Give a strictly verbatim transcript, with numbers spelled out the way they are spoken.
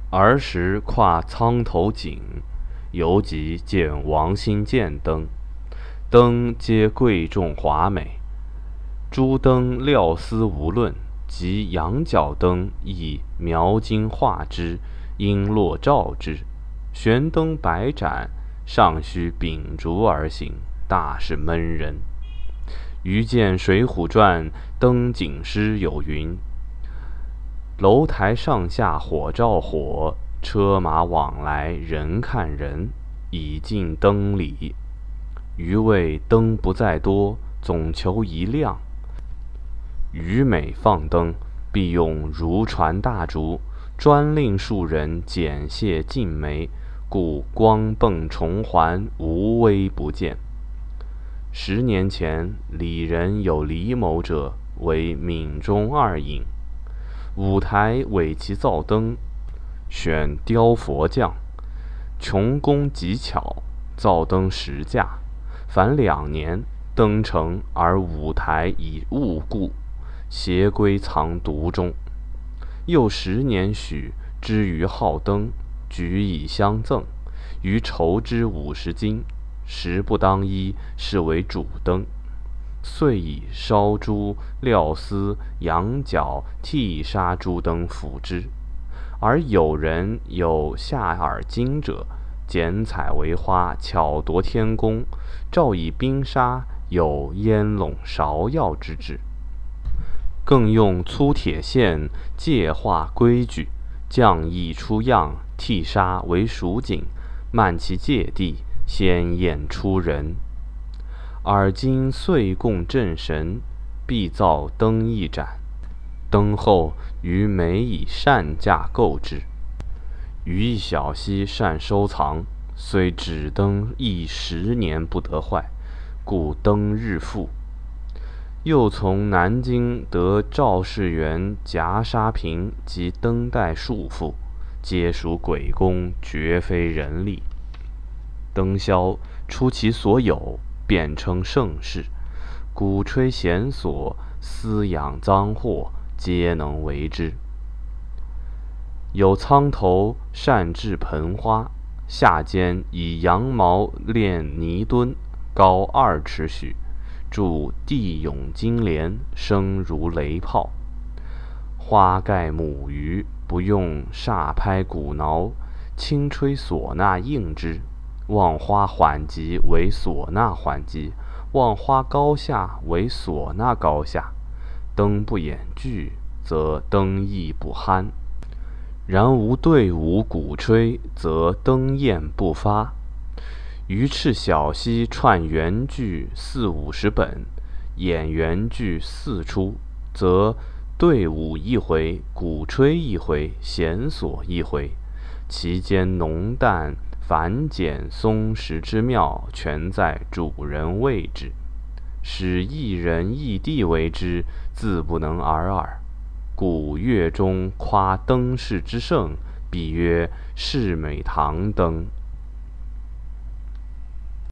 儿时跨苍头井，犹及见王新建灯。灯皆贵重华美，诸灯料丝无论，及羊角灯亦描金画之，璎珞照之。悬灯百盏，尚须秉烛而行，大是闷人。余见《水浒传》灯景诗有云：楼台上下火照火，车马往来人看人，已尽灯里。余谓灯不在多，总求一亮。余每放灯，必用如传大烛，专令庶人剪卸尽没，故光迸重环，无微不见。十年前，李人有李某者，为闽中二尹。舞台委其造灯，选雕佛匠，穷工极巧，造灯十架。凡两年，灯成而舞台已误故，携归藏炉中。又十年许，知余好灯，举以相赠，余筹之五十斤，实不当一，是为主灯。遂以烧珠、料丝、羊角、剃纱诸灯辅之。而有人有下耳金者，剪彩为花，巧夺天工，照以冰纱，有烟笼芍药之制。更用粗铁线界画规矩，匠艺出样，剃纱为蜀锦，漫其界地，鲜艳出人。尔今岁贡正神，必造灯一盏，灯后余每以善价购之。余一小溪善收藏，虽纸灯亦十年不得坏，故灯日复。又从南京得赵世元夹沙瓶及灯带数副，皆属鬼工，绝非人力。灯销出其所有，便称盛世。鼓吹弦索，饲养赃货，皆能为之。有苍头善制盆花，下间以羊毛炼泥墩，高二尺许，铸地涌金莲，声如雷炮。花盖母鱼，不用煞拍鼓挠，轻吹唢呐应之。望花缓急为唢呐缓急，望花高下为唢呐高下。灯不掩句，则灯意不酣；然无队伍鼓吹，则灯焰不发。余斥小溪串圆句四五十本，演圆句四出，则队伍一回，鼓吹一回，弦索一回，其间浓淡繁简松弛之妙，全在主人位置。使一人一地为之，自不能尔尔。故乐中夸灯饰之盛，必曰世美堂灯。